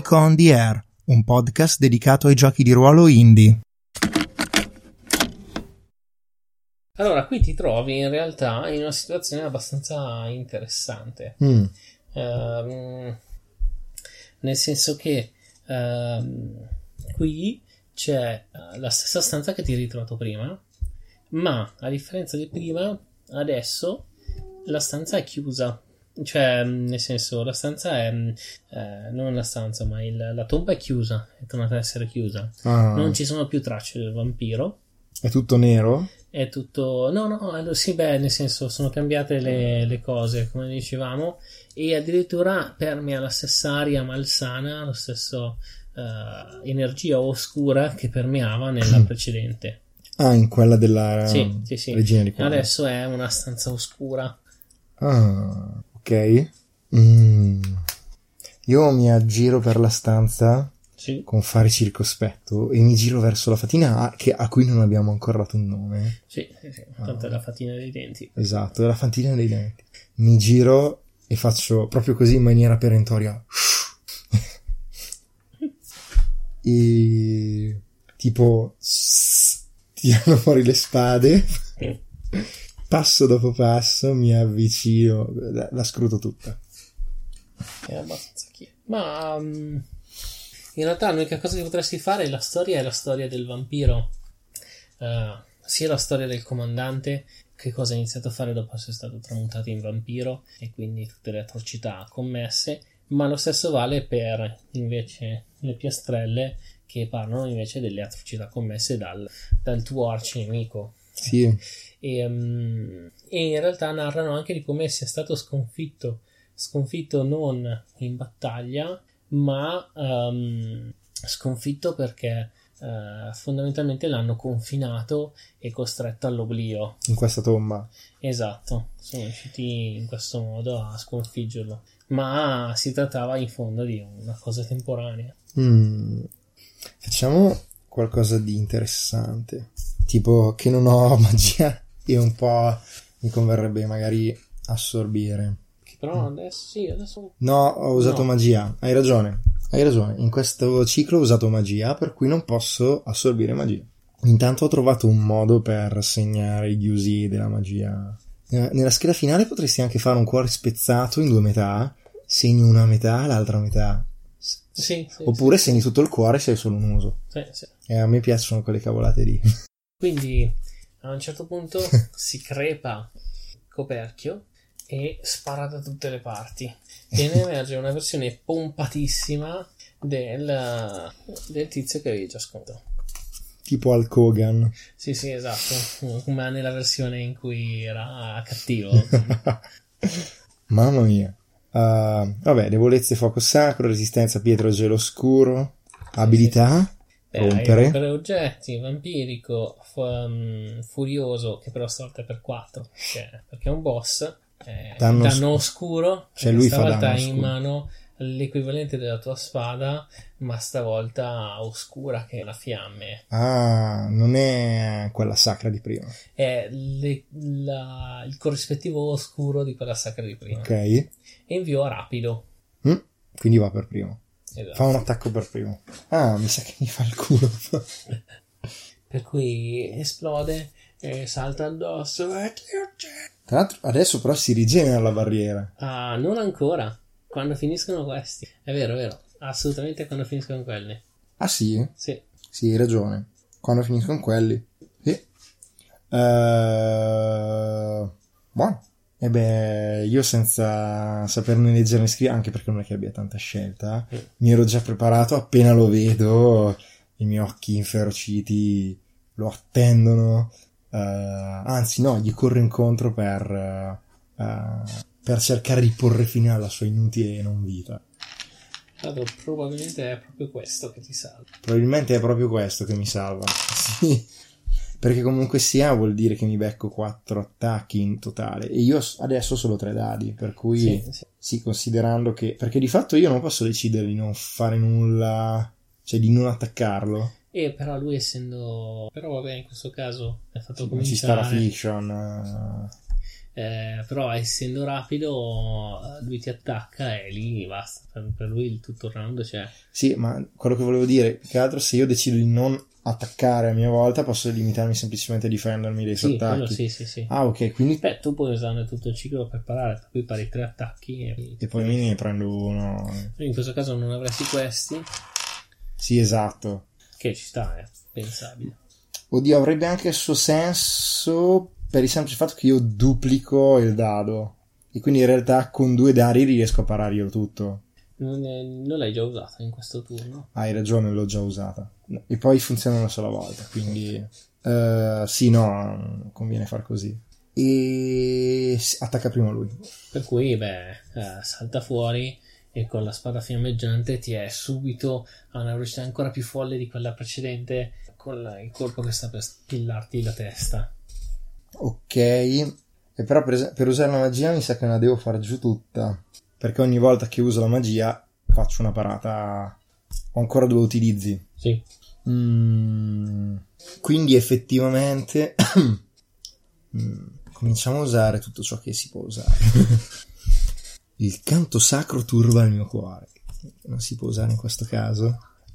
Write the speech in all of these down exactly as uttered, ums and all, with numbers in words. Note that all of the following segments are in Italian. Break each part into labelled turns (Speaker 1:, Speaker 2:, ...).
Speaker 1: Geek on the Air, un podcast dedicato ai giochi di ruolo indie.
Speaker 2: Allora, qui ti trovi in realtà in una situazione abbastanza interessante.
Speaker 1: Mm.
Speaker 2: Uh, nel senso che uh, qui c'è la stessa stanza che ti hai ritrovato prima, ma a differenza di prima, adesso la stanza è chiusa. Cioè, nel senso, la stanza è eh, non la stanza, ma il, la tomba è chiusa, è tornata a essere chiusa.
Speaker 1: Ah.
Speaker 2: Non ci sono più tracce del vampiro.
Speaker 1: È tutto nero?
Speaker 2: È tutto... No, no, sì, beh, nel senso, sono cambiate le, le cose, come dicevamo, e addirittura permea la stessa aria malsana, lo stesso uh, energia oscura che permeava nella precedente.
Speaker 1: Ah, in quella della
Speaker 2: sì, sì, sì.
Speaker 1: regina di Quadra.
Speaker 2: Adesso è una stanza oscura.
Speaker 1: Ah, ok. Mm. Io mi aggiro per la stanza
Speaker 2: sì.
Speaker 1: con fare circospetto e mi giro verso la fatina a, che, a cui non abbiamo ancora dato un nome.
Speaker 2: Sì, sì, sì. Tanto ah. è la fatina dei denti.
Speaker 1: Esatto, è la fatina dei denti. Mi giro e faccio proprio così in maniera perentoria. E tipo tirano fuori le spade. Passo dopo passo mi avvicino, la, la scruto tutta.
Speaker 2: È abbastanza chiaro. Ma um, in realtà l'unica cosa che potresti fare, la storia è la storia del vampiro, uh, sia la storia del comandante, che cosa ha iniziato a fare dopo essere stato tramutato in vampiro e quindi tutte le atrocità commesse, ma lo stesso vale per invece le piastrelle che parlano invece delle atrocità commesse dal, dal tuo arcinemico.
Speaker 1: Sì.
Speaker 2: E, um, e in realtà narrano anche di come sia stato sconfitto sconfitto non in battaglia, ma um, sconfitto perché uh, fondamentalmente l'hanno confinato e costretto all'oblio
Speaker 1: in questa tomba.
Speaker 2: Esatto, sono riusciti in questo modo a sconfiggerlo, ma si trattava in fondo di una cosa temporanea.
Speaker 1: Mm. Facciamo qualcosa di interessante, tipo che non ho magia e un po' mi converrebbe magari assorbire.
Speaker 2: Che però adesso sì, adesso...
Speaker 1: No, ho usato no. magia, hai ragione, hai ragione, in questo ciclo ho usato magia, per cui non posso assorbire magia. Intanto ho trovato un modo per segnare gli usi della magia. Nella scheda finale potresti anche fare un cuore spezzato in due metà, segni una metà, l'altra metà.
Speaker 2: Sì, sì,
Speaker 1: oppure
Speaker 2: sì,
Speaker 1: segni
Speaker 2: sì.
Speaker 1: tutto il cuore se hai solo un uso.
Speaker 2: Sì, sì.
Speaker 1: E a me piacciono quelle cavolate lì.
Speaker 2: Quindi a un certo punto si crepa il coperchio e spara da tutte le parti e ne emerge una versione pompatissima del, del tizio che avevi già scontato.
Speaker 1: Tipo Hulk Hogan.
Speaker 2: Sì, sì, esatto, come nella versione in cui era cattivo.
Speaker 1: Mamma mia. Uh, vabbè, debolezze, fuoco sacro, resistenza, pietra, gelo scuro, abilità,
Speaker 2: Beh,
Speaker 1: rompere.
Speaker 2: rompere oggetti, vampirico, fu- um, furioso, che però stavolta è per quattro, perché, perché è un boss, eh,
Speaker 1: danno,
Speaker 2: danno oscuro,
Speaker 1: cioè lui fa
Speaker 2: stavolta
Speaker 1: danno
Speaker 2: hai in
Speaker 1: oscuro.
Speaker 2: mano l'equivalente della tua spada, ma stavolta oscura, che è la fiamme.
Speaker 1: Ah, non è quella sacra di prima.
Speaker 2: È le, la, il corrispettivo oscuro di quella sacra di prima.
Speaker 1: Ok.
Speaker 2: E invio rapido.
Speaker 1: Mm, quindi va per primo.
Speaker 2: Esatto.
Speaker 1: Fa un attacco per primo. Ah, mi sa che mi fa il culo.
Speaker 2: Per cui esplode e salta addosso e ti uccide.
Speaker 1: Tra l'altro adesso però si rigenera la barriera.
Speaker 2: Ah, non ancora. Quando finiscono questi. È vero, è vero. Assolutamente quando finiscono quelli.
Speaker 1: Ah sì?
Speaker 2: Sì.
Speaker 1: Sì, hai ragione. Quando finiscono quelli. Sì. Uh... Buono. E beh, io senza saperne leggere né scrivere, anche perché non è che abbia tanta scelta, mm. mi ero già preparato, appena lo vedo, i miei occhi inferociti lo attendono, uh, anzi no, gli corro incontro per, uh, uh, per cercare di porre fine alla sua inutile non vita.
Speaker 2: Allora, probabilmente è proprio questo che ti salva.
Speaker 1: Probabilmente è proprio questo che mi salva, sì. Perché comunque sia vuol dire che mi becco quattro attacchi in totale e io adesso ho solo tre dadi, per cui
Speaker 2: sì, sì.
Speaker 1: sì, considerando che perché di fatto io non posso decidere di non fare nulla, cioè di non attaccarlo.
Speaker 2: E però lui essendo però vabbè in questo caso è fatto
Speaker 1: sì,
Speaker 2: cominciare
Speaker 1: ci sta la fiction.
Speaker 2: Eh, però essendo rapido lui ti attacca e lì basta, per, per lui tutto il round c'è.
Speaker 1: Sì, ma quello che volevo dire, più che altro, se io decido di non attaccare a mia volta posso limitarmi semplicemente a difendermi dei suoi
Speaker 2: sì,
Speaker 1: attacchi.
Speaker 2: quello sì, sì, sì.
Speaker 1: Ah, ok, quindi
Speaker 2: beh, tu puoi usare tutto il ciclo per parare, per cui pari tre attacchi e,
Speaker 1: e poi ne prendo uno.
Speaker 2: In questo caso non avresti questi.
Speaker 1: Sì, esatto.
Speaker 2: Che ci sta, è pensabile.
Speaker 1: Oddio, avrebbe anche il suo senso per il semplice fatto che io duplico il dado e quindi in realtà con due dadi riesco a pararglielo tutto.
Speaker 2: Non, è, non l'hai già usata in questo turno?
Speaker 1: Hai ragione, l'ho già usata. E poi funziona una sola volta, quindi uh, sì, no, conviene far così. E attacca prima lui.
Speaker 2: Per cui, beh, eh, salta fuori e con la spada fiammeggiante ti è subito a una velocità ancora più folle di quella precedente, con la, il colpo che sta per spillarti la testa.
Speaker 1: Ok, e però per, per usare la magia mi sa che la devo far giù tutta, perché ogni volta che uso la magia faccio una parata. Ho ancora due utilizzi.
Speaker 2: Sì.
Speaker 1: Mm, quindi effettivamente mm, cominciamo a usare tutto ciò che si può usare. Il canto sacro turba il mio cuore, non si può usare in questo caso.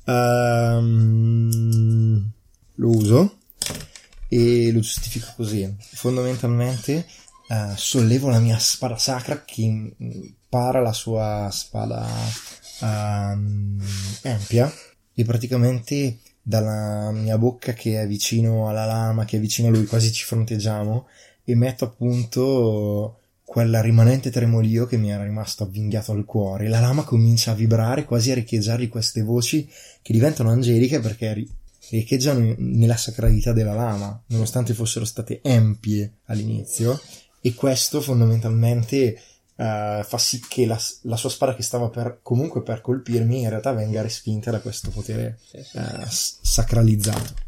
Speaker 1: Um, lo uso e lo giustifico così. Fondamentalmente uh, sollevo la mia spada sacra che para la sua spada um, ampia e praticamente dalla mia bocca che è vicino alla lama, che è vicino a lui, quasi ci fronteggiamo, e metto appunto quella rimanente tremolio che mi era rimasto avvinghiato al cuore. La lama comincia a vibrare, quasi a riecheggiargli queste voci che diventano angeliche perché ri- riecheggiano nella sacralità della lama, nonostante fossero state empie all'inizio, e questo fondamentalmente uh, fa sì che la, la sua spada che stava per, comunque per colpirmi in realtà venga respinta da questo potere
Speaker 2: sì, sì,
Speaker 1: uh,
Speaker 2: sì.
Speaker 1: s- sacralizzato.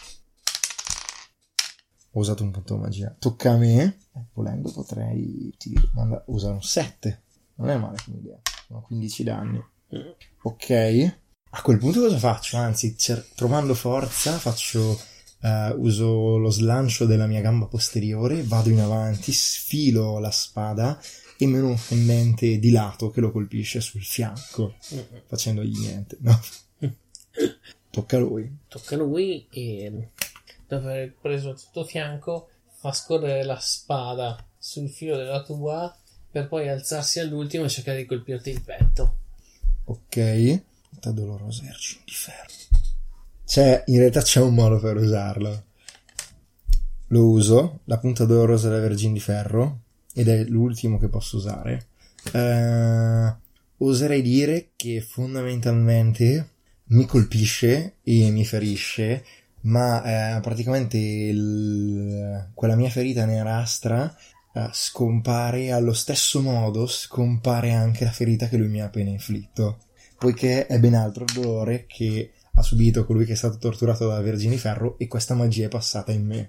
Speaker 1: Ho usato un punto magia. Tocca a me. Volendo potrei mandare, usare un sette. Non è male come idea. Sono quindici danni.
Speaker 2: Mm.
Speaker 1: Ok. A quel punto cosa faccio? Anzi, cer- trovando forza, faccio uh, uso lo slancio della mia gamba posteriore, vado in avanti, sfilo la spada e me un fendente di lato che lo colpisce sul fianco,
Speaker 2: Mm.
Speaker 1: facendogli niente. No. Tocca a lui.
Speaker 2: Tocca a lui e dopo aver preso tutto fianco fa scorrere la spada sul filo della tua per poi alzarsi all'ultimo e cercare di colpirti il petto.
Speaker 1: Ok. Punta dolorosa vergine di ferro. C'è, in realtà c'è un modo per usarlo. Lo uso, la punta dolorosa della vergine di ferro, ed è l'ultimo che posso usare. Uh, oserei dire che fondamentalmente mi colpisce e mi ferisce, ma eh, praticamente il, quella mia ferita nerastra eh, scompare allo stesso modo, scompare anche la ferita che lui mi ha appena inflitto, poiché è ben altro il dolore che ha subito colui che è stato torturato dalla Vergine di Ferro e questa magia è passata in me.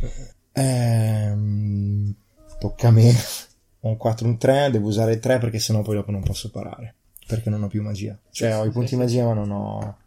Speaker 1: Ehm, tocca a me. Ho un quattro, un tre, devo usare il tre perché sennò poi dopo non posso parare, perché non ho più magia. Cioè ho i punti magia ma non ho...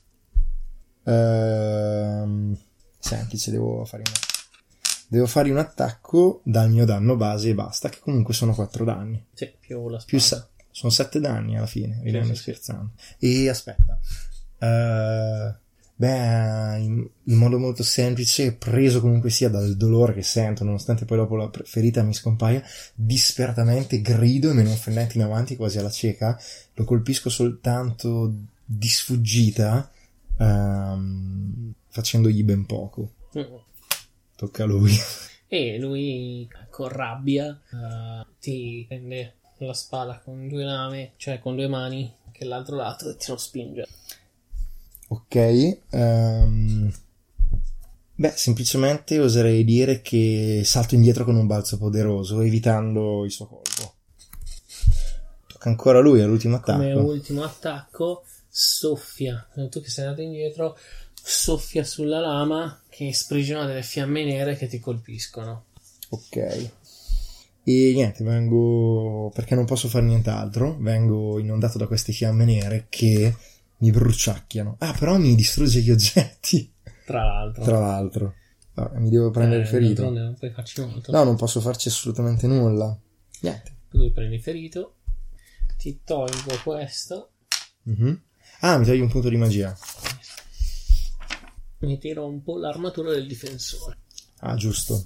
Speaker 1: Ehm, semplice, devo fare un... devo fare un attacco dal mio danno base e basta, che comunque sono quattro danni.
Speaker 2: Sì, più la spada.
Speaker 1: Più se... sono sette danni alla fine, ridendo,
Speaker 2: sì,
Speaker 1: scherzando. E aspetta, uh, beh, in, in modo molto semplice, preso comunque sia dal dolore che sento, nonostante poi dopo la ferita mi scompaia, disperatamente grido e me ne fendente in avanti quasi alla cieca, lo colpisco soltanto di sfuggita, um, facendogli ben poco.
Speaker 2: Mm.
Speaker 1: Tocca a lui.
Speaker 2: E lui con rabbia uh, ti prende la spada con due lame, cioè con due mani, che l'altro lato, e ti lo spinge.
Speaker 1: Ok, um, beh, semplicemente oserei dire che salto indietro con un balzo poderoso, evitando il suo colpo. Tocca ancora a lui, all'ultimo attacco.
Speaker 2: Come ultimo attacco, soffia, tu che sei andato indietro, soffia sulla lama che sprigionano delle fiamme nere che ti colpiscono.
Speaker 1: Ok. E niente, vengo, perché non posso fare nient'altro, vengo inondato da queste fiamme nere che mi bruciacchiano. Ah, però mi distrugge gli oggetti.
Speaker 2: Tra l'altro.
Speaker 1: Tra l'altro. Vabbè, mi devo prendere
Speaker 2: eh,
Speaker 1: il ferito.
Speaker 2: d'altronde non puoi farci molto.
Speaker 1: No, non posso farci assolutamente nulla. Niente.
Speaker 2: Tu prendi il ferito, ti tolgo questo.
Speaker 1: Mm-hmm. Ah, mi togli un punto di magia.
Speaker 2: Mi tiro un po' l'armatura del difensore.
Speaker 1: Ah, giusto.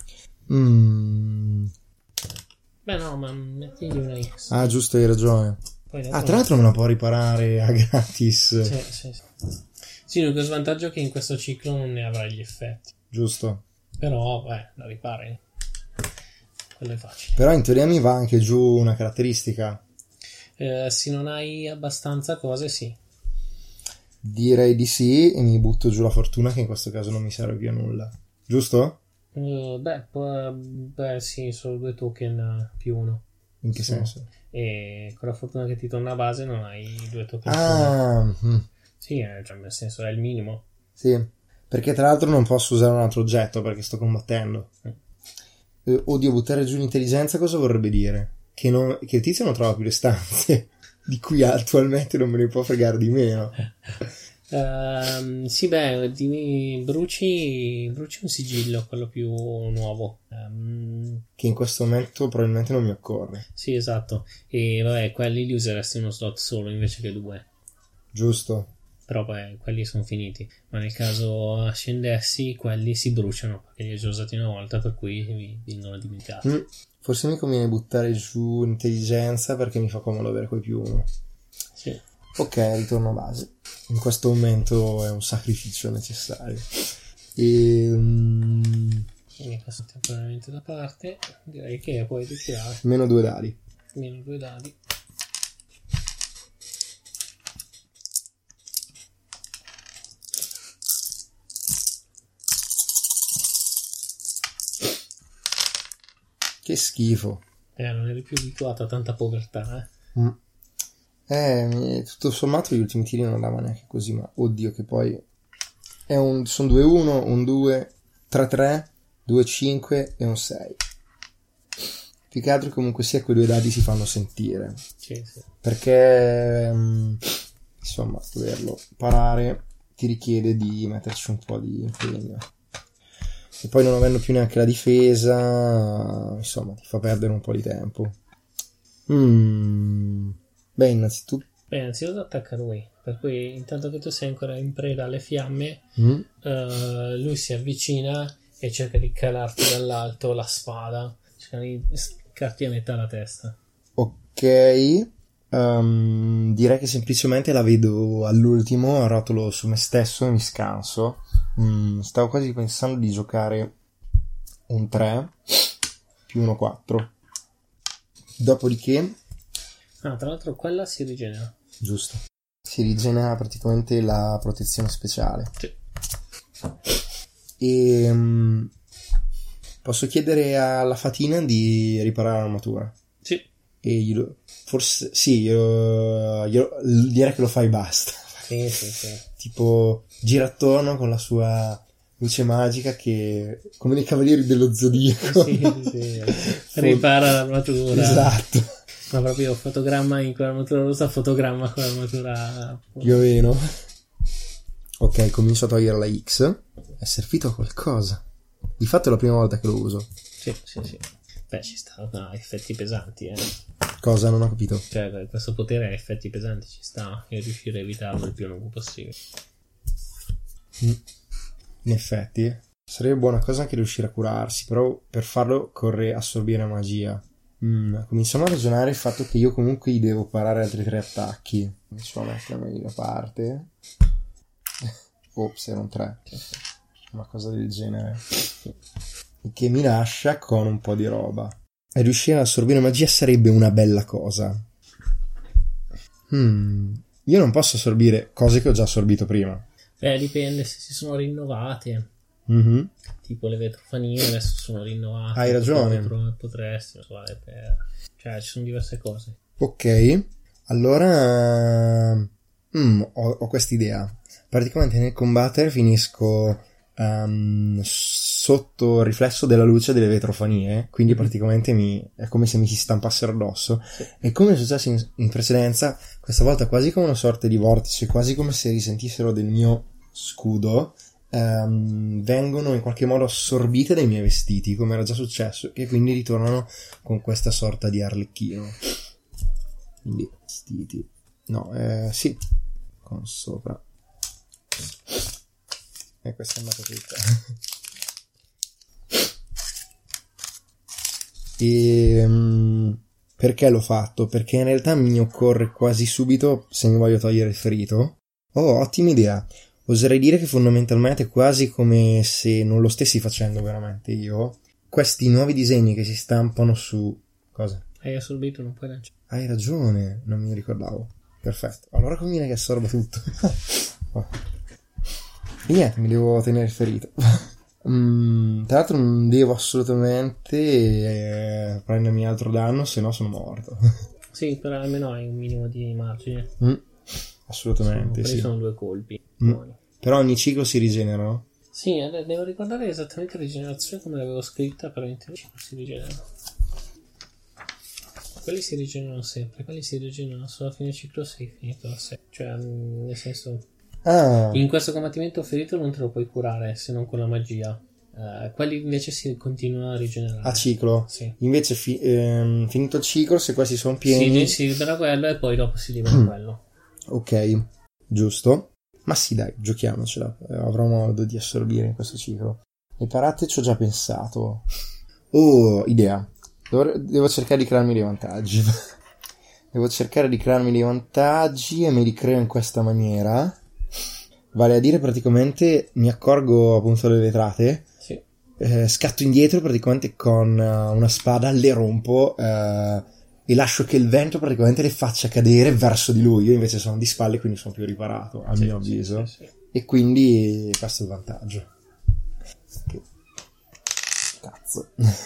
Speaker 1: Mm.
Speaker 2: Beh no, ma mettigli una X.
Speaker 1: Ah, giusto, hai ragione.
Speaker 2: Poi
Speaker 1: Ah, tra l'altro me la può riparare a gratis.
Speaker 2: Sì, sì, sì. Sì, l'unico svantaggio è che in questo ciclo non ne avrai gli effetti.
Speaker 1: Giusto.
Speaker 2: Però, beh, la ripari. Quello è facile.
Speaker 1: Però in teoria mi va anche giù una caratteristica.
Speaker 2: Eh, se non hai abbastanza cose, sì.
Speaker 1: Direi di sì e mi butto giù la fortuna, che in questo caso non mi serve più a nulla. Giusto?
Speaker 2: Uh, beh, po- beh, sì, solo due token uh, più uno.
Speaker 1: In che
Speaker 2: Sì.
Speaker 1: senso?
Speaker 2: E con la fortuna che ti torna a base non hai due token.
Speaker 1: Ah, mm,
Speaker 2: Sì, eh, cioè, nel senso è il minimo.
Speaker 1: sì. Perché tra l'altro non posso usare un altro oggetto perché sto combattendo.
Speaker 2: Mm.
Speaker 1: Eh, oddio, buttare giù l'intelligenza cosa vorrebbe dire? Che, non, che il tizio non trova più le stanze, di cui attualmente non me ne può fregare di meno.
Speaker 2: Uh, sì, beh, di, bruci, bruci un sigillo, quello più nuovo. Um,
Speaker 1: Che in questo momento probabilmente non mi occorre.
Speaker 2: sì, esatto. E vabbè, quelli li useresti in uno slot solo invece che due.
Speaker 1: Giusto.
Speaker 2: Però beh, quelli sono finiti. Ma nel caso scendessi, quelli si bruciano perché li ho già usati una volta, per cui vi vengono dimenticati.
Speaker 1: Mm, forse mi conviene buttare giù intelligenza perché mi fa comodo avere quei più uno.
Speaker 2: Sì.
Speaker 1: Ok, ritorno a base. In questo momento è un sacrificio necessario. E, um,
Speaker 2: Quindi questo temporaneamente da parte. Direi che puoi ritirare.
Speaker 1: meno due dadi.
Speaker 2: Meno due dadi.
Speaker 1: Che schifo.
Speaker 2: Eh, non eri più abituato a tanta povertà, eh.
Speaker 1: Mm. Eh, tutto sommato gli ultimi tiri non andava neanche così, ma oddio che poi è un, sono due uno, un due, tre tre, due cinque e un sei. Più che altro comunque sia quei due dadi si fanno sentire.
Speaker 2: Sì, sì.
Speaker 1: Perché um, insomma doverlo parare ti richiede di metterci un po' di impegno. E poi non avendo più neanche la difesa, insomma ti fa perdere un po' di tempo. Mm. Beh, innanzitutto
Speaker 2: Beh, innanzitutto attacca lui, per cui intanto che tu sei ancora in preda alle fiamme,
Speaker 1: mm.
Speaker 2: uh, lui si avvicina e cerca di calarti dall'alto la spada, cerca di scaccarti a metà la testa.
Speaker 1: Ok, um, direi che semplicemente la vedo all'ultimo, arrotolo su me stesso e mi scanso. Mm, stavo quasi pensando di giocare un tre più uno quattro. Dopodiché
Speaker 2: Ah, tra l'altro quella si rigenera.
Speaker 1: giusto, si rigenera praticamente la protezione speciale.
Speaker 2: Sì.
Speaker 1: E um, posso chiedere alla fatina di riparare l'armatura.
Speaker 2: Sì.
Speaker 1: E glielo, forse sì, glielo, glielo, direi che lo fai e basta.
Speaker 2: Sì, sì, sì.
Speaker 1: Tipo gira attorno con la sua luce magica che come nei Cavalieri dello Zodiaco.
Speaker 2: Sì, sì, sì. Ripara l'armatura.
Speaker 1: Esatto.
Speaker 2: Ma proprio fotogramma in quell'armatura rossa, fotogramma con l'armatura
Speaker 1: Più o meno. Ok, comincio a togliere la X. È servito a qualcosa. Di fatto è la prima volta che lo uso.
Speaker 2: Sì, sì, sì. Beh, ci sta, ha effetti pesanti, eh.
Speaker 1: Cosa? Non ho capito.
Speaker 2: Cioè, questo potere ha effetti pesanti, ci sta, e riuscire a evitarlo il più a lungo possibile.
Speaker 1: Mm. In effetti sarebbe buona cosa anche riuscire a curarsi, però per farlo occorre assorbire magia. Mm. Cominciamo a ragionare il fatto che io comunque gli devo parare altri tre attacchi. Cominciamo a mettermi da parte. Ops, erano tre. Una cosa del genere. Che mi lascia con un po' di roba. E riuscire ad assorbire magia sarebbe una bella cosa. Hmm. Io non posso assorbire cose che ho già assorbito prima.
Speaker 2: Beh, dipende se si sono rinnovate.
Speaker 1: Mm-hmm.
Speaker 2: Tipo le vetrofanine adesso sono rinnovate.
Speaker 1: Hai ragione.
Speaker 2: Potro- Potresti, non so, vale per... Cioè, ci sono diverse cose.
Speaker 1: Ok. Allora... Mm, ho, ho quest'idea. Praticamente nel combattere finisco um, sotto il riflesso della luce delle vetrofanie, quindi praticamente mi, è come se mi si stampassero addosso.
Speaker 2: Sì.
Speaker 1: E come è successo in, in precedenza, questa volta quasi come una sorta di vortice, quasi come se risentissero del mio scudo ehm, vengono in qualche modo assorbite dai miei vestiti, come era già successo, e quindi ritornano con questa sorta di arlecchino. Quindi vestiti, no, eh, sì, con sopra, e questa è andata tutta. E um, perché l'ho fatto? Perché in realtà mi occorre quasi subito, se mi voglio togliere il ferito. Oh, ottima idea. Oserei dire che fondamentalmente è quasi come se non lo stessi facendo veramente io. Questi nuovi disegni che si stampano su... Cosa?
Speaker 2: Hai assorbito, non puoi lanciare.
Speaker 1: Hai ragione, non mi ricordavo. Perfetto. Allora conviene che assorba tutto. Oh. E niente, mi devo tenere il ferito. Mm, tra l'altro non devo assolutamente eh, prendermi altro danno, se no sono morto.
Speaker 2: Sì, però almeno hai un minimo di margine.
Speaker 1: Mm, assolutamente,
Speaker 2: sono,
Speaker 1: sì.
Speaker 2: Sono due colpi.
Speaker 1: Mm. Però ogni ciclo si rigenerano?
Speaker 2: Sì, devo ricordare esattamente la rigenerazione come l'avevo scritta, però in teoria si rigenerano. Quelli si rigenerano sempre, quelli si rigenerano solo a fine ciclo sei finito la sei. Cioè, nel senso...
Speaker 1: Ah.
Speaker 2: In questo combattimento ferito non te lo puoi curare se non con la magia. Uh, quelli invece si continuano a rigenerare
Speaker 1: a ciclo.
Speaker 2: Sì.
Speaker 1: Invece fi- ehm, finito il ciclo, se questi sono pieni
Speaker 2: si, si libera quello e poi dopo si libera quello.
Speaker 1: Ok, giusto. Ma sì, dai, giochiamocela, avrò modo di assorbire in questo ciclo. Le parate ci ho già pensato. Oh, idea. Devo, devo cercare di crearmi dei vantaggi. Devo cercare di crearmi dei vantaggi e me li creo in questa maniera. Vale a dire, praticamente mi accorgo appunto delle vetrate,
Speaker 2: sì.
Speaker 1: eh, scatto indietro praticamente con uh, una spada, le rompo uh, e lascio che il vento praticamente le faccia cadere verso di lui. Io invece sono di spalle, quindi sono più riparato, al
Speaker 2: sì,
Speaker 1: mio avviso.
Speaker 2: Sì, sì, sì.
Speaker 1: E quindi questo è il vantaggio. Che... Cazzo.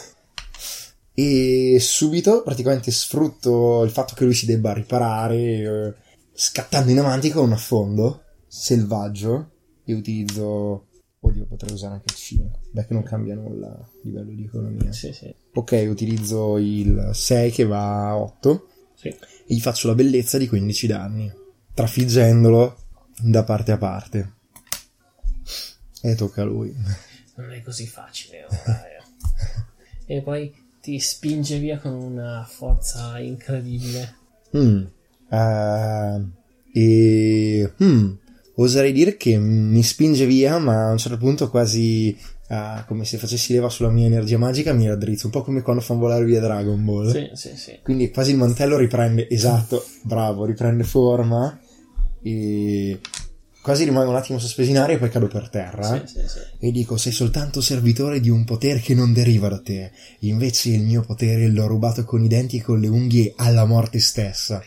Speaker 1: E subito praticamente sfrutto il fatto che lui si debba riparare, eh, scattando in avanti con un affondo selvaggio, e utilizzo... Oddio, potrei usare anche il cinque. Beh, che non cambia nulla a livello di economia.
Speaker 2: Sì, sì.
Speaker 1: Ok, utilizzo il sei che va a otto.
Speaker 2: Sì.
Speaker 1: E gli faccio la bellezza di quindici danni, trafiggendolo da parte a parte. E tocca a lui.
Speaker 2: Non è così facile ora, eh. E poi ti spinge via con una forza incredibile.
Speaker 1: Mm. Uh, e... Hmm. Oserei dire che mi spinge via, ma a un certo punto quasi uh, come se facessi leva sulla mia energia magica, mi raddrizzo, un po' come quando fanno volare via Dragon Ball.
Speaker 2: Sì, sì, sì.
Speaker 1: Quindi quasi il mantello riprende, esatto, bravo, riprende forma e quasi rimango un attimo sospeso in aria e poi cado per terra.
Speaker 2: Sì, sì, sì.
Speaker 1: E dico, sei soltanto servitore di un potere che non deriva da te, invece il mio potere l'ho rubato con i denti e con le unghie alla morte stessa.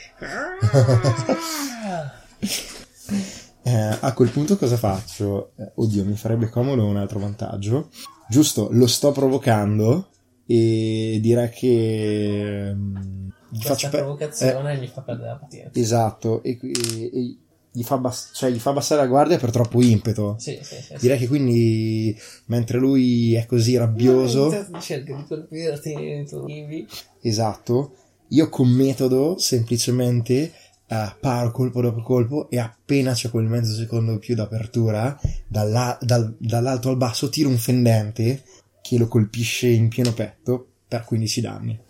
Speaker 1: Eh, a quel punto cosa faccio? Eh, oddio, mi farebbe comodo un altro vantaggio. Giusto, lo sto provocando e direi che um, gli
Speaker 2: questa
Speaker 1: faccio per...
Speaker 2: provocazione
Speaker 1: eh,
Speaker 2: gli fa perdere la partita.
Speaker 1: Esatto, e, e, e gli, fa bass- cioè, gli fa abbassare la guardia per troppo impeto.
Speaker 2: Sì, sì, sì,
Speaker 1: direi
Speaker 2: sì.
Speaker 1: che quindi mentre lui è così rabbioso,
Speaker 2: no, cerca di colpirti nei tuoi.
Speaker 1: esatto, io con metodo semplicemente Uh, paro colpo dopo colpo e appena c'è quel mezzo secondo più d'apertura dalla, dal, dall'alto al basso tiro un fendente che lo colpisce in pieno petto per quindici danni,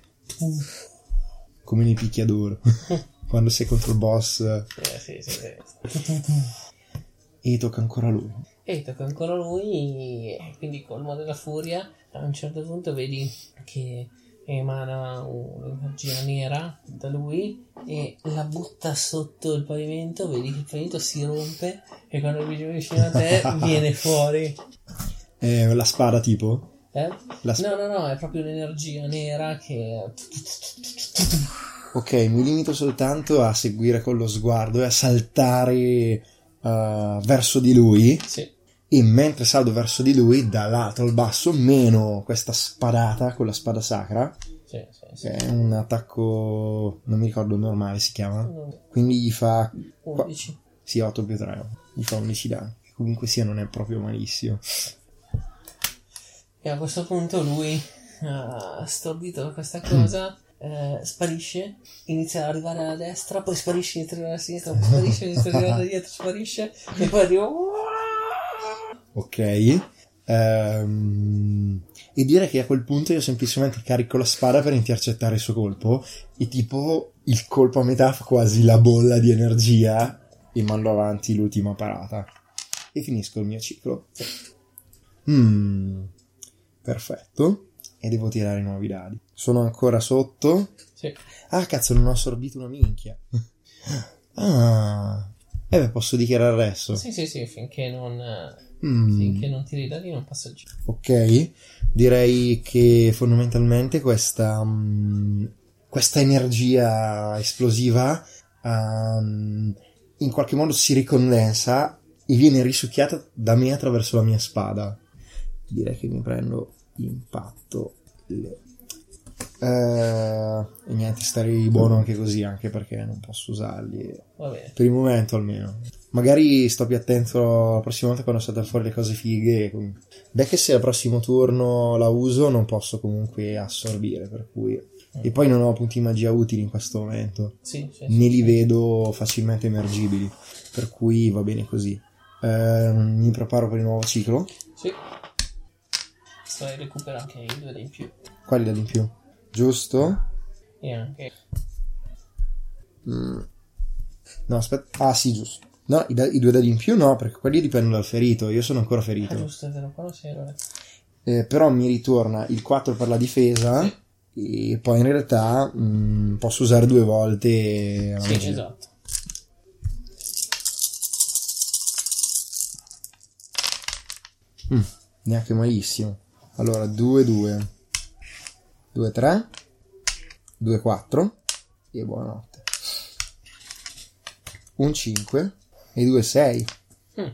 Speaker 1: come nei picchiaduro quando sei contro il boss.
Speaker 2: Sì, sì, sì, sì.
Speaker 1: E tocca ancora a lui
Speaker 2: e tocca ancora a lui e quindi colmo della furia a un certo punto vedi che emana un'energia nera da lui e la butta sotto il pavimento. Vedi che il pavimento si rompe e quando viene vicino a te viene fuori.
Speaker 1: È la spada tipo?
Speaker 2: Eh?
Speaker 1: La sp-
Speaker 2: no no no è proprio un'energia nera che
Speaker 1: ok, mi limito soltanto a seguire con lo sguardo e a saltare uh, verso di lui.
Speaker 2: sì.
Speaker 1: E mentre salgo verso di lui, dall'alto al basso, meno questa spadata con la spada sacra.
Speaker 2: Sì, sì, sì.
Speaker 1: È un attacco, non mi ricordo, normale si chiama. Quindi gli fa
Speaker 2: undici.
Speaker 1: Sì, otto più tre. Gli fa undici danni. Comunque sia, non è proprio malissimo.
Speaker 2: E a questo punto lui ha stordito da questa cosa. Eh, sparisce, inizia ad arrivare alla destra, poi sparisce, inizia ad arrivare alla sinistra, poi sparisce, inizia ad arrivare da dietro, sparisce e poi arriva
Speaker 1: ok? Ehm, e direi che a quel punto io semplicemente carico la spada per intercettare il suo colpo e tipo il colpo a metà fa quasi la bolla di energia e mando avanti l'ultima parata e finisco il mio ciclo. Mm, perfetto. E devo tirare i nuovi dadi. Sono ancora sotto.
Speaker 2: Sì.
Speaker 1: Ah, cazzo, non ho assorbito una minchia. Ah, e eh beh, posso dichiarare adesso.
Speaker 2: Sì, sì, sì, finché non,
Speaker 1: Mm.
Speaker 2: finché non tiri i dadi non passa il giro.
Speaker 1: Ok, direi che fondamentalmente questa, um, questa energia esplosiva um, in qualche modo si ricondensa e viene risucchiata da me attraverso la mia spada. Direi che mi prendo impatto. Le... Uh, e niente, starei buono anche così, anche perché non posso usarli.
Speaker 2: Va bene.
Speaker 1: Per il momento almeno. Magari sto più attento la prossima volta quando saltano fuori le cose fighe. Beh, che se al prossimo turno la uso non posso comunque assorbire, per cui... Mm. E poi non ho punti magia utili in questo momento.
Speaker 2: Sì, sì,
Speaker 1: ne
Speaker 2: sì,
Speaker 1: li
Speaker 2: sì.
Speaker 1: vedo facilmente emergibili, per cui va bene così. Eh, mi preparo per il nuovo ciclo.
Speaker 2: Sì. Stai recupera anche i due in più.
Speaker 1: Quali dadi in più? Giusto?
Speaker 2: E anche...
Speaker 1: Mm. No, aspetta. Ah, sì, giusto. No, i, da- i due dadi in più no, perché quelli dipendono dal ferito. Io sono ancora ferito.
Speaker 2: Ah, giusto, è vero, qua non sei ora.
Speaker 1: Eh, però mi ritorna il quattro per la difesa. Sì. E poi in realtà mh, posso usare due volte la
Speaker 2: Sì,
Speaker 1: magia.
Speaker 2: esatto.
Speaker 1: Mm, neanche malissimo. Allora, due due. due tre. due quattro. E buonanotte. Un cinque. E due sei.
Speaker 2: Mm.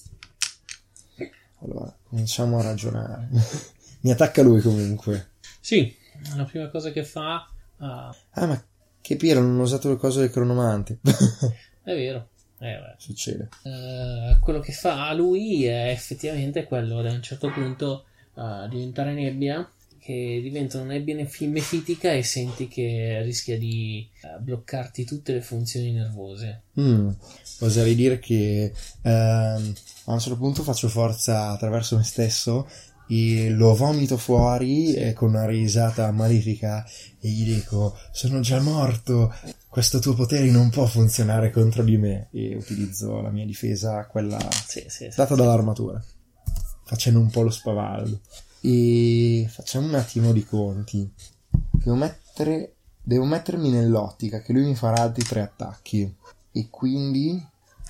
Speaker 1: Allora, cominciamo a ragionare. Mi attacca lui comunque.
Speaker 2: Sì, la prima cosa che fa... ah,
Speaker 1: Ah, ma che piro, non ho usato le cose del cronomante.
Speaker 2: è vero. Eh, beh.
Speaker 1: Succede.
Speaker 2: Eh, quello che fa a lui è effettivamente quello ad un certo punto uh, diventare nebbia, che diventa una nebbia nef- mefitica e senti che rischia di uh, bloccarti tutte le funzioni nervose.
Speaker 1: Mm, oserei dire che ehm, a un certo punto faccio forza attraverso me stesso e lo vomito fuori e con una risata malefica e gli dico: sono già morto, questo tuo potere non può funzionare contro di me, e utilizzo la mia difesa, quella
Speaker 2: Sì, sì, sì,
Speaker 1: data
Speaker 2: sì.
Speaker 1: dall'armatura, facendo un po' lo spavaldo. E facciamo un attimo di conti. Devo mettere devo mettermi nell'ottica che lui mi farà altri tre attacchi e quindi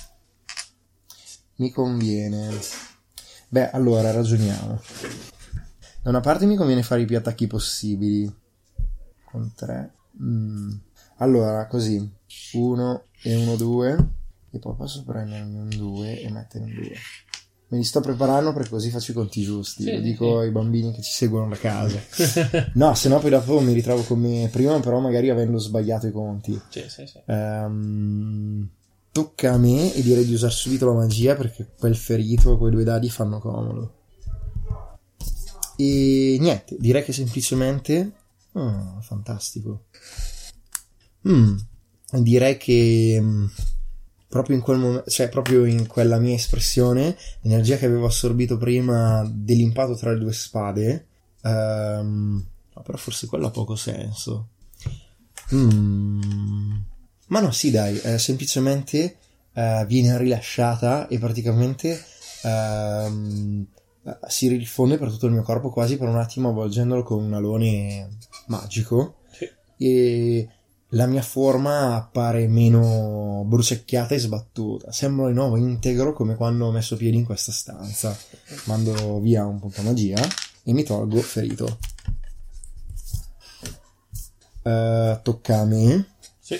Speaker 1: mi conviene. Beh, allora ragioniamo. Da una parte mi conviene fare i più attacchi possibili con tre. Mm. Allora, così uno e uno due, e poi posso prendermi un due e mettere un due. Me li sto preparando perché così faccio i conti giusti.
Speaker 2: Sì,
Speaker 1: Lo
Speaker 2: sì,
Speaker 1: dico
Speaker 2: sì.
Speaker 1: ai bambini che ci seguono da casa. No, se no poi dopo mi ritrovo come prima, però magari avendo sbagliato i conti.
Speaker 2: Sì, sì, sì.
Speaker 1: Ehm, tocca a me e direi di usare subito la magia perché quel ferito, quei due dadi fanno comodo. E niente, direi che semplicemente... Oh, fantastico. Mm, direi che... mm, proprio in quel momento, cioè proprio in quella mia espressione, l'energia che avevo assorbito prima dell'impatto tra le due spade, ehm, no, però forse quello ha poco senso. Mm, ma no, sì, dai, eh, semplicemente eh, viene rilasciata e praticamente ehm, si rifonde per tutto il mio corpo, quasi per un attimo avvolgendolo con un alone magico.
Speaker 2: Sì.
Speaker 1: E la mia forma appare meno bruciacchiata e sbattuta. Sembro di nuovo integro come quando ho messo piedi in questa stanza. Mando via un punto magia e mi tolgo ferito. Uh, tocca a me.
Speaker 2: Sì.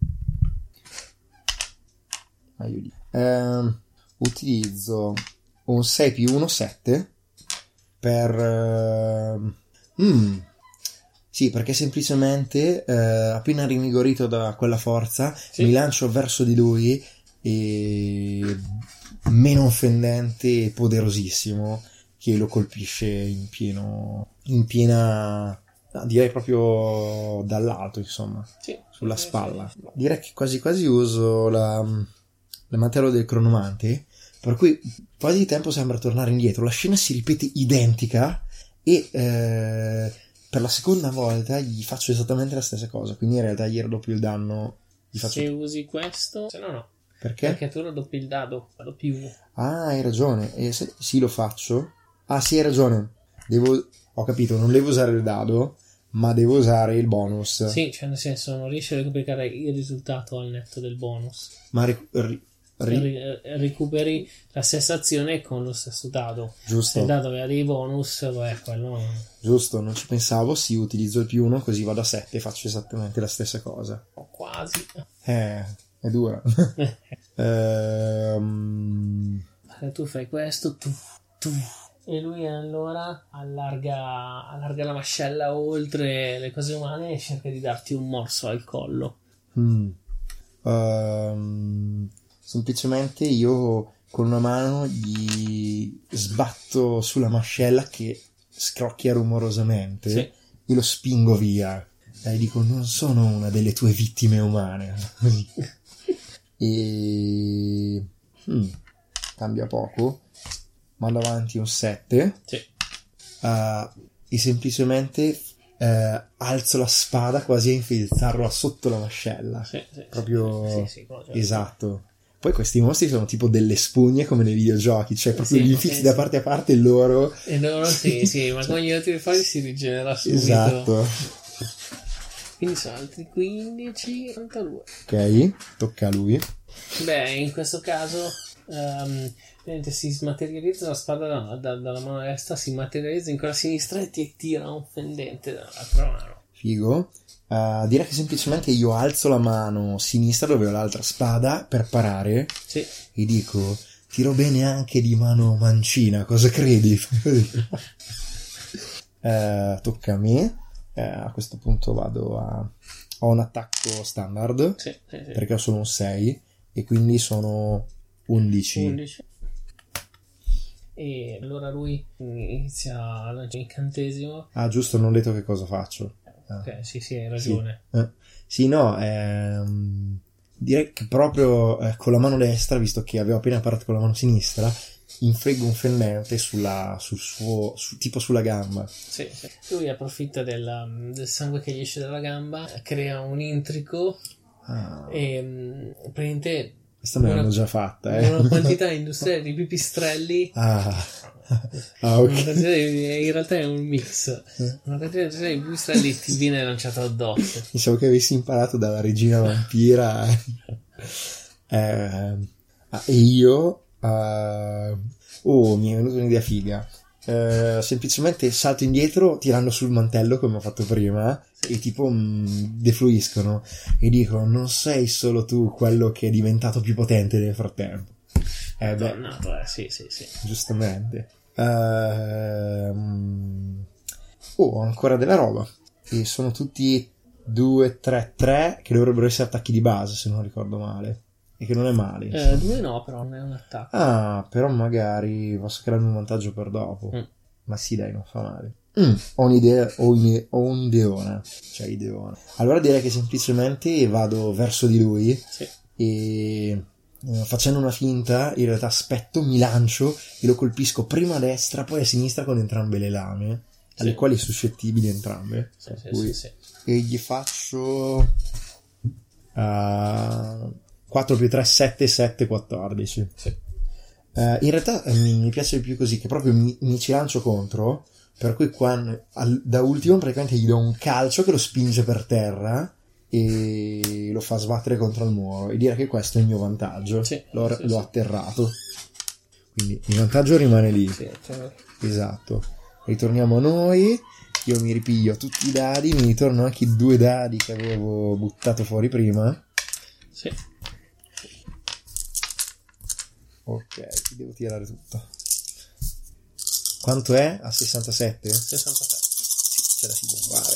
Speaker 1: Aiuti. Uh, utilizzo un sei più uno, sette per... Uh, mm, Sì, perché semplicemente eh, appena rinvigorito da quella forza
Speaker 2: Sì.
Speaker 1: mi lancio verso di lui e meno offendente e poderosissimo che lo colpisce in pieno in piena no, direi proprio dall'alto, insomma,
Speaker 2: Sì.
Speaker 1: sulla
Speaker 2: Sì,
Speaker 1: spalla.
Speaker 2: sì, sì.
Speaker 1: Direi che quasi quasi uso la, la materia del cronomante per cui quasi di tempo sembra tornare indietro, la scena si ripete identica e eh, per la seconda volta gli faccio esattamente la stessa cosa, quindi in realtà gli raddopio il danno. Gli faccio...
Speaker 2: Se usi questo, se no no.
Speaker 1: Perché?
Speaker 2: Perché tu raddoppi il dado, vado più.
Speaker 1: Ah, hai ragione. E se... Sì, lo faccio. Ah, sì, hai ragione. Devo... Ho capito, non devo usare il dado, ma devo usare il bonus.
Speaker 2: Sì, cioè nel senso non riesci a recuperare il risultato al netto del bonus.
Speaker 1: Ma ric- ri- ri-
Speaker 2: Ri- recuperi la stessa azione con lo stesso dado.
Speaker 1: Giusto.
Speaker 2: Se il dado aveva dei bonus, vabbè, quello...
Speaker 1: Giusto, non ci pensavo. Sì, utilizzo il più uno, così vado a sette e faccio esattamente la stessa cosa.
Speaker 2: Oh, quasi.
Speaker 1: Eh, è dura. ehm...
Speaker 2: Tu fai questo, tu, tu. E lui allora allarga, allarga la mascella oltre le cose umane e cerca di darti un morso al collo.
Speaker 1: Mm. Um, semplicemente io con una mano gli sbatto sulla mascella che scrocchia rumorosamente,
Speaker 2: sì.
Speaker 1: E lo spingo via e dico: non sono una delle tue vittime umane. E hmm, cambia poco, mando avanti un sette,
Speaker 2: sì.
Speaker 1: uh, e semplicemente uh, alzo la spada quasi a infilzarla sotto la mascella,
Speaker 2: sì, sì,
Speaker 1: proprio
Speaker 2: sì, sì, sì,
Speaker 1: esatto. Poi questi mostri sono tipo delle spugne come nei videogiochi, cioè proprio
Speaker 2: sì,
Speaker 1: li infilzi
Speaker 2: sì,
Speaker 1: da
Speaker 2: sì.
Speaker 1: parte a parte e loro
Speaker 2: e loro sì sì ma come gli tiri fuori si rigenera subito.
Speaker 1: Esatto.
Speaker 2: Quindi sono altri quindici, quarantadue.
Speaker 1: Ok, tocca a lui.
Speaker 2: Beh, in questo caso um, si smaterializza la spada da, da, dalla mano destra, si materializza in quella sinistra e ti tira un fendente dall'altra mano.
Speaker 1: Figo. Uh, direi che semplicemente io alzo la mano sinistra dove ho l'altra spada per parare,
Speaker 2: sì.
Speaker 1: E dico: tiro bene anche di mano mancina, cosa credi? uh, tocca a me. Uh, a questo punto vado a... ho un attacco standard,
Speaker 2: sì, sì, sì.
Speaker 1: perché ho solo un sei e quindi sono undici.
Speaker 2: undici. E allora lui inizia a lanciare incantesimo.
Speaker 1: Ah, giusto, non ho detto che cosa faccio. Ah.
Speaker 2: Ok, sì, sì, hai ragione.
Speaker 1: Sì, eh. Sì, no, ehm, direi che proprio eh, con la mano destra, visto che avevo appena parato con la mano sinistra, infliggo un fendente sulla, sul suo, su, tipo sulla gamba.
Speaker 2: Sì, sì. Lui approfitta del, del sangue che gli esce dalla gamba, crea un intrico
Speaker 1: Ah.
Speaker 2: e um, prende
Speaker 1: questa me l'hanno già fatta, eh.
Speaker 2: una quantità industriale di pipistrelli.
Speaker 1: Ah. Ah, ok.
Speaker 2: Di, in realtà è un mix. Una quantità industriale di pipistrelli ti viene lanciato addosso.
Speaker 1: Pensavo che avessi imparato dalla regina vampira. eh, ah, e io uh, oh, mi è venuta un'idea figa. Uh, semplicemente salto indietro tirando sul mantello come ho fatto prima, sì. E tipo mh, defluiscono e dico: non sei solo tu quello che è diventato più potente nel frattempo. Eh beh,
Speaker 2: Tornato, eh, sì, sì, sì.
Speaker 1: Giustamente. Uh, oh, ho ancora della roba. E sono tutti due, tre, tre che dovrebbero essere attacchi di base, se non ricordo male. E che non è male.
Speaker 2: Eh, due no, però non è un attacco.
Speaker 1: Ah, però magari posso creare un vantaggio per dopo. Mm. Ma sì, dai, non fa male. Mm, ho un'idea, ho, un, ho un'ideona. Cioè, ideona. Allora direi che semplicemente vado verso di lui.
Speaker 2: Sì.
Speaker 1: E... facendo una finta, in realtà aspetto, mi lancio e lo colpisco prima a destra, poi a sinistra con entrambe le lame, sì. Alle quali suscettibili entrambe.
Speaker 2: Sì, sì,
Speaker 1: cui...
Speaker 2: sì, sì.
Speaker 1: E gli faccio uh, quattro più tre, sette, sette, quattordici.
Speaker 2: Sì.
Speaker 1: Uh, in realtà eh, mi, mi piace di più così, che proprio mi, mi ci lancio contro, per cui qua, al, da ultimo praticamente gli do un calcio che lo spinge per terra e lo fa sbattere contro il muro, e dire che questo è il mio vantaggio.
Speaker 2: Sì,
Speaker 1: l'ho,
Speaker 2: sì,
Speaker 1: l'ho
Speaker 2: sì.
Speaker 1: atterrato, quindi il vantaggio rimane lì.
Speaker 2: Sì, cioè...
Speaker 1: esatto. Ritorniamo a noi, io mi ripiglio tutti i dadi, mi ritorno anche i due dadi che avevo buttato fuori prima.
Speaker 2: Sì.
Speaker 1: Ok, devo tirare tutto. Quanto è? A sessantasette?
Speaker 2: sessantasette.
Speaker 1: Sì, ce la si può fare.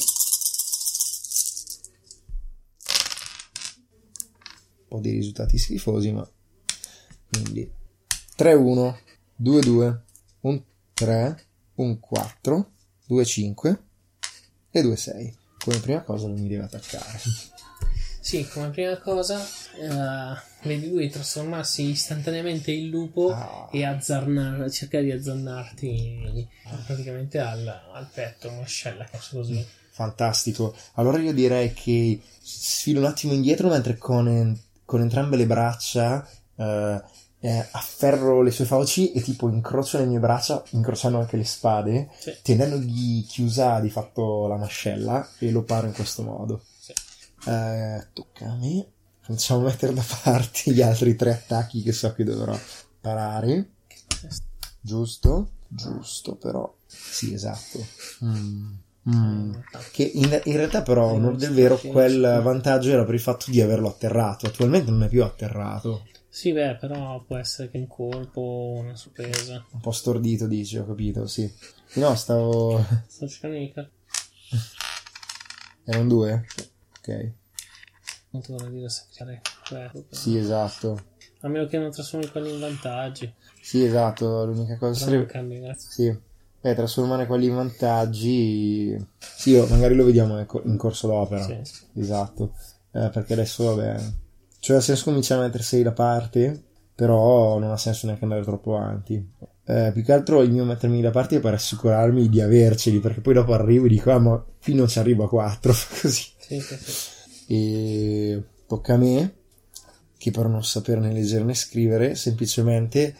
Speaker 1: Ho dei risultati schifosi, ma quindi tre uno, due due, un tre, un quattro, due cinque e due sei. Come prima cosa non mi deve attaccare.
Speaker 2: Sì, come prima cosa, uh, vedi lui trasformarsi istantaneamente in lupo
Speaker 1: ah.
Speaker 2: e azzarnar, cercare di azzannarti praticamente al, al petto, mascella, cose così.
Speaker 1: Fantastico. Allora io direi che sfilo un attimo indietro mentre con, con entrambe le braccia eh, eh, afferro le sue fauci e tipo incrocio le mie braccia, incrociando anche le spade,
Speaker 2: sì.
Speaker 1: tenendogli chiusa di fatto la mascella, e lo paro in questo modo.
Speaker 2: Sì.
Speaker 1: Eh, tocca a me. Facciamo mettere da parte gli altri tre attacchi che so che dovrò parare. Giusto? Giusto, però. Sì, esatto. Mm. Mm. Che in, in realtà però, onor del vero, quel vantaggio era per il fatto di averlo atterrato. Attualmente non è più atterrato.
Speaker 2: Sì, beh, però può essere che un colpo, una sorpresa.
Speaker 1: Un po' stordito, dici, ho capito, sì. No, stavo...
Speaker 2: Sto cercando di capire.
Speaker 1: Erano due? Ok.
Speaker 2: Non ti vorrei dire se creare quello.
Speaker 1: Sì, esatto.
Speaker 2: A meno che non trasformi quelli in vantaggi.
Speaker 1: Sì, esatto, l'unica cosa
Speaker 2: però
Speaker 1: sarebbe...
Speaker 2: Cambia, grazie.
Speaker 1: Sì. Beh, trasformare quelli in vantaggi... Sì, magari lo vediamo in corso d'opera.
Speaker 2: Sì, sì.
Speaker 1: Esatto. Eh, perché adesso, vabbè... Cioè, ha senso cominciare a mettersi da parte, però non ha senso neanche andare troppo avanti. Eh, più che altro il mio mettermi da parte è per assicurarmi di averceli, perché poi dopo arrivo e dico, ah, ma qui non ci arrivo a quattro, così.
Speaker 2: Sì, sì, sì.
Speaker 1: E tocca a me, che per non saperne leggere né scrivere, semplicemente...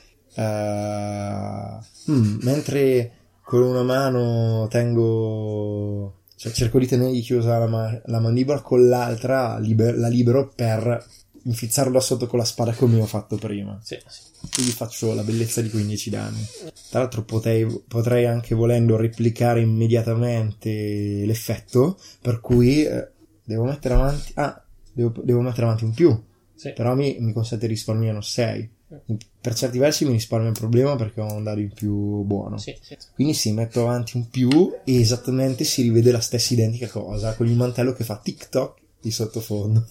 Speaker 1: Uh, hmm, mentre... con una mano tengo, cioè cerco di tenergli chiusa la, ma- la mandibola, con l'altra liber- la libero per infizzarlo da sotto con la spada come ho fatto prima.
Speaker 2: Sì, sì.
Speaker 1: Quindi faccio la bellezza di quindici danni. Tra l'altro potrei, potrei anche, volendo, replicare immediatamente l'effetto, per cui eh, devo mettere avanti ah devo, devo mettere avanti un più,
Speaker 2: sì.
Speaker 1: Però mi, mi consente di risparmiare sei. Per certi versi mi risparmia il problema perché ho un dado in più buono.
Speaker 2: Sì, sì.
Speaker 1: Quindi sì, metto avanti un più e esattamente si rivede la stessa identica cosa, con il mantello che fa tic toc di sottofondo.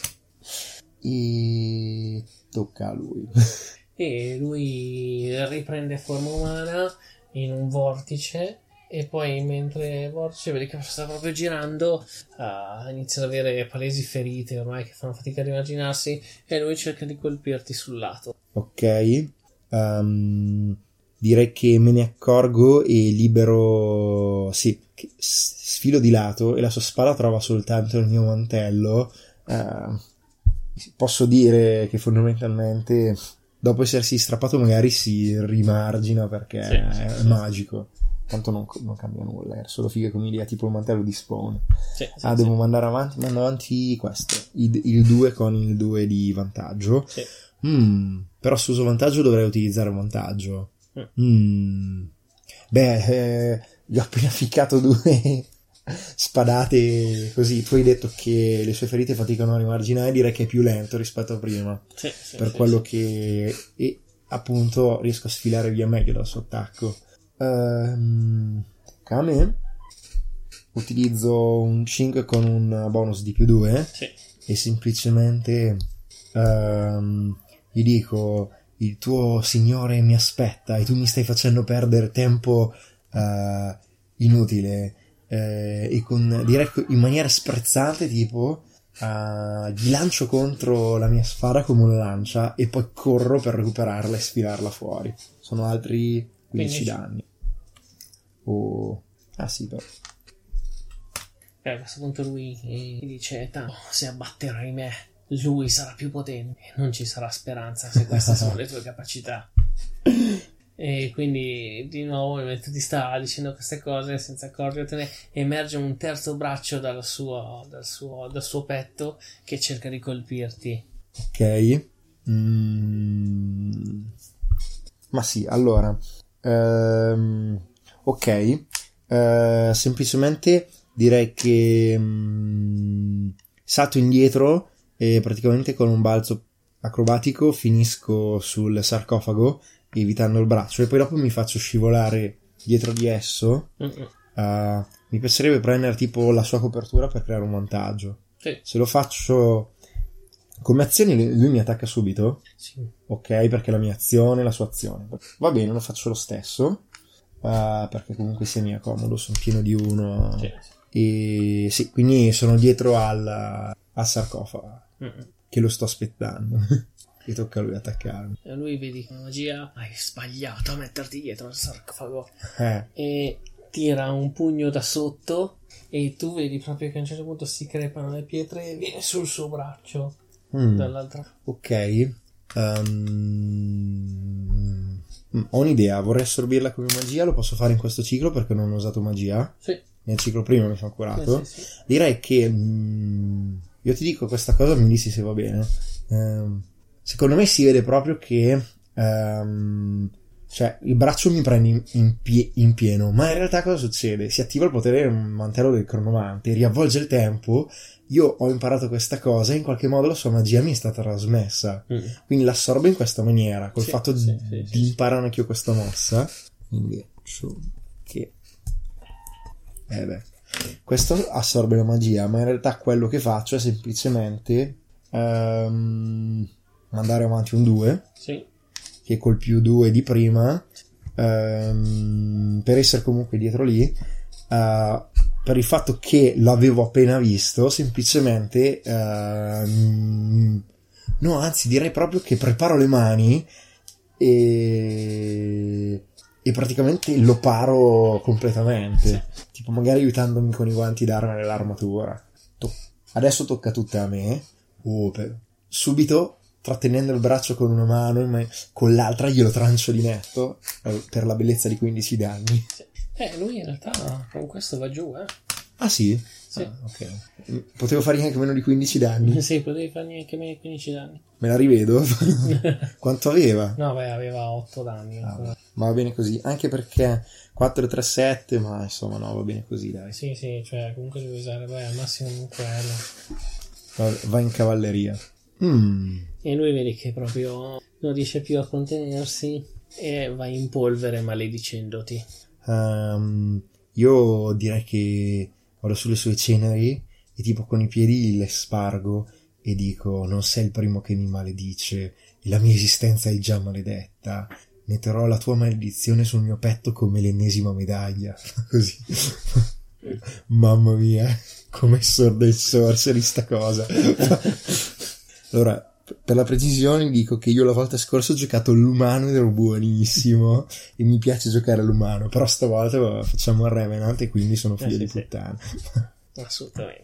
Speaker 1: E tocca a lui.
Speaker 2: E lui riprende forma umana in un vortice, e poi mentre il vortice vedi che sta proprio girando, uh, inizia ad avere palesi ferite ormai che fanno fatica ad immaginarsi, e lui cerca di colpirti sul lato.
Speaker 1: Ok, um, direi che me ne accorgo e libero, sì, sfilo di lato e la sua spada trova soltanto il mio mantello. Uh, posso dire che fondamentalmente dopo essersi strappato magari si rimargina perché sì, è sì, magico. Tanto non, non cambia nulla, era solo figa come idea, tipo il mantello di Spawn.
Speaker 2: Sì, sì,
Speaker 1: ah,
Speaker 2: sì.
Speaker 1: Devo mandare avanti, mando avanti questo, il due con il due di vantaggio.
Speaker 2: Sì.
Speaker 1: Mm, però se uso vantaggio dovrei utilizzare vantaggio.
Speaker 2: Mm.
Speaker 1: Mm. Beh, eh, gli ho appena ficcato due spadate così. Tu hai detto che le sue ferite faticano a rimarginare, direi che è più lento rispetto a prima.
Speaker 2: Sì, sì,
Speaker 1: per
Speaker 2: sì,
Speaker 1: quello
Speaker 2: sì.
Speaker 1: che... E appunto riesco a sfilare via meglio dal suo attacco. Um, a me utilizzo un cinque con un bonus di più due,
Speaker 2: sì.
Speaker 1: E semplicemente um, gli dico: il tuo signore mi aspetta e tu mi stai facendo perdere tempo uh, inutile, uh, e con, direi in maniera sprezzante tipo uh, gli lancio contro la mia spada come una lancia e poi corro per recuperarla e sfilarla fuori. Sono altri quindici danni. Oh. Ah sì, però.
Speaker 2: Eh, a questo punto lui gli dice: tanto se abbatterai me, lui sarà più potente, non ci sarà speranza se queste sono le tue capacità. E quindi di nuovo, mentre ti sta dicendo queste cose, senza accorgertene, emerge un terzo braccio dal suo, dal suo, dal suo petto che cerca di colpirti.
Speaker 1: Ok. Mm. Ma sì, allora um, ok, uh, semplicemente direi che um, salto indietro e praticamente con un balzo acrobatico finisco sul sarcofago evitando il braccio, e poi dopo mi faccio scivolare dietro di esso. Uh, mi piacerebbe prendere tipo la sua copertura per creare un vantaggio.
Speaker 2: Sì.
Speaker 1: Se lo faccio come azione, lui mi attacca subito?
Speaker 2: Sì.
Speaker 1: Ok, perché la mia azione, la sua azione. Va bene, lo faccio lo stesso, uh, perché comunque sia mia comodo, sono pieno di uno.
Speaker 2: Sì.
Speaker 1: E sì, quindi sono dietro al, al sarcofago,
Speaker 2: Mm-mm.
Speaker 1: che lo sto aspettando. E tocca a lui attaccarmi.
Speaker 2: E lui vedi con magia, hai sbagliato a metterti dietro al sarcofago.
Speaker 1: Eh.
Speaker 2: E tira un pugno da sotto e tu vedi proprio che a un certo punto si crepano le pietre e viene sul suo braccio.
Speaker 1: Mm.
Speaker 2: Dall'altra.
Speaker 1: Ok. Um... Ho un'idea, vorrei assorbirla come magia, lo posso fare in questo ciclo perché non ho usato magia.
Speaker 2: Sì.
Speaker 1: Nel ciclo prima mi sono curato.
Speaker 2: Sì, sì, sì.
Speaker 1: Direi che mh, io ti dico questa cosa, mi dici se va bene. Um, secondo me si vede proprio che um, cioè il braccio mi prende in, in, pie- in pieno, ma in realtà cosa succede? Si attiva il potere del mantello del cronomante, riavvolge il tempo. Io ho imparato questa cosa e in qualche modo la sua magia mi è stata trasmessa.
Speaker 2: Mm.
Speaker 1: Quindi l'assorbo in questa maniera, col
Speaker 2: Sì,
Speaker 1: fatto
Speaker 2: sì,
Speaker 1: di,
Speaker 2: sì, sì,
Speaker 1: di imparare anche io questa mossa. Quindi che eh beh, questo assorbe la magia, ma in realtà quello che faccio è semplicemente um, mandare avanti un due,
Speaker 2: Sì.
Speaker 1: che col più due di prima, um, per essere comunque dietro lì, uh, per il fatto che l'avevo appena visto, semplicemente uh, no, anzi direi proprio che preparo le mani e, e praticamente lo paro completamente. Sì. Tipo magari aiutandomi con i guanti d'arma nell'armatura. To- adesso tocca tutta a me. Oh, per... subito trattenendo il braccio con una mano ma con l'altra glielo trancio di netto per la bellezza di quindici danni.
Speaker 2: Sì. Eh, lui in realtà con questo va giù, eh.
Speaker 1: Ah sì?
Speaker 2: Sì.
Speaker 1: Ah, ok. Potevo fargli anche meno di quindici danni?
Speaker 2: Sì, potevi fargli anche meno di quindici danni.
Speaker 1: Me la rivedo? Quanto aveva?
Speaker 2: No, beh, aveva otto danni.
Speaker 1: Ah, ma va bene così, anche perché quattro tre sette, ma insomma no, va bene così, dai.
Speaker 2: Sì, sì, cioè comunque devi usare, beh, al massimo un quello.
Speaker 1: Va, va in cavalleria. Mm.
Speaker 2: E lui vedi che proprio non riesce più a contenersi e va in polvere maledicendoti.
Speaker 1: Um, io direi che vado sulle sue ceneri e tipo con i piedi le spargo e dico: non sei il primo che mi maledice e la mia esistenza è già maledetta, metterò la tua maledizione sul mio petto come l'ennesima medaglia. Così. Mamma mia, come sorda il sorcery sta cosa. Allora, per la precisione dico che io la volta scorsa ho giocato l'umano ed ero buonissimo e mi piace giocare all'umano, però stavolta facciamo il Revenant e quindi sono figlio
Speaker 2: eh sì,
Speaker 1: di
Speaker 2: sì.
Speaker 1: puttana.
Speaker 2: Assolutamente.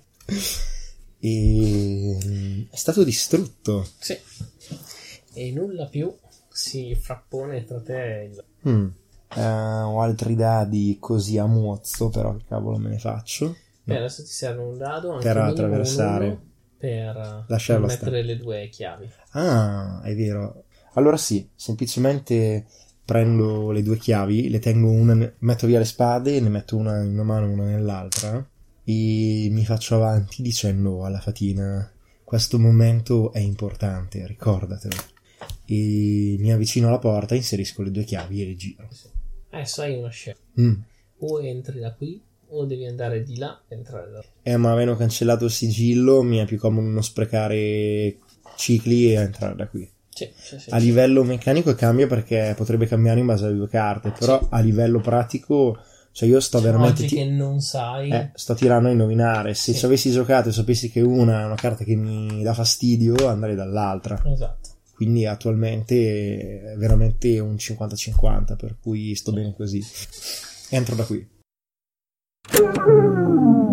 Speaker 1: E è stato distrutto.
Speaker 2: Sì. E nulla più si frappone tra te e il...
Speaker 1: Mm. Uh, ho altri dadi così a mozzo, però che cavolo me ne faccio?
Speaker 2: Beh, adesso ti serve un dado anche
Speaker 1: per
Speaker 2: minimo
Speaker 1: attraversare,
Speaker 2: uno per, per
Speaker 1: lasciarlo
Speaker 2: mettere
Speaker 1: stare.
Speaker 2: le due chiavi.
Speaker 1: Ah, è vero. Allora sì, semplicemente prendo le due chiavi, le tengo una, metto via le spade, ne metto una in una mano e una nell'altra e mi faccio avanti dicendo alla fatina: questo momento è importante, ricordatelo. E mi avvicino alla porta, inserisco le due chiavi e le giro.
Speaker 2: Adesso hai una scelta.
Speaker 1: Mm.
Speaker 2: O entri da qui o devi andare di là e entrare da là.
Speaker 1: Eh, ma avendo cancellato il sigillo mi è più comodo non sprecare cicli e entrare da qui.
Speaker 2: Sì, sì, sì,
Speaker 1: a
Speaker 2: sì.
Speaker 1: livello meccanico cambia perché potrebbe cambiare in base alle due carte, però
Speaker 2: sì.
Speaker 1: A livello pratico, cioè io sto
Speaker 2: C'è
Speaker 1: veramente
Speaker 2: oggi
Speaker 1: ti-
Speaker 2: che non sai.
Speaker 1: eh, sto tirando a indovinare. Se
Speaker 2: Sì.
Speaker 1: ci avessi giocato e sapessi che una è una carta che mi dà fastidio, andrei dall'altra.
Speaker 2: Esatto.
Speaker 1: Quindi attualmente è veramente un cinquanta cinquanta, per cui sto bene così. Entro da qui.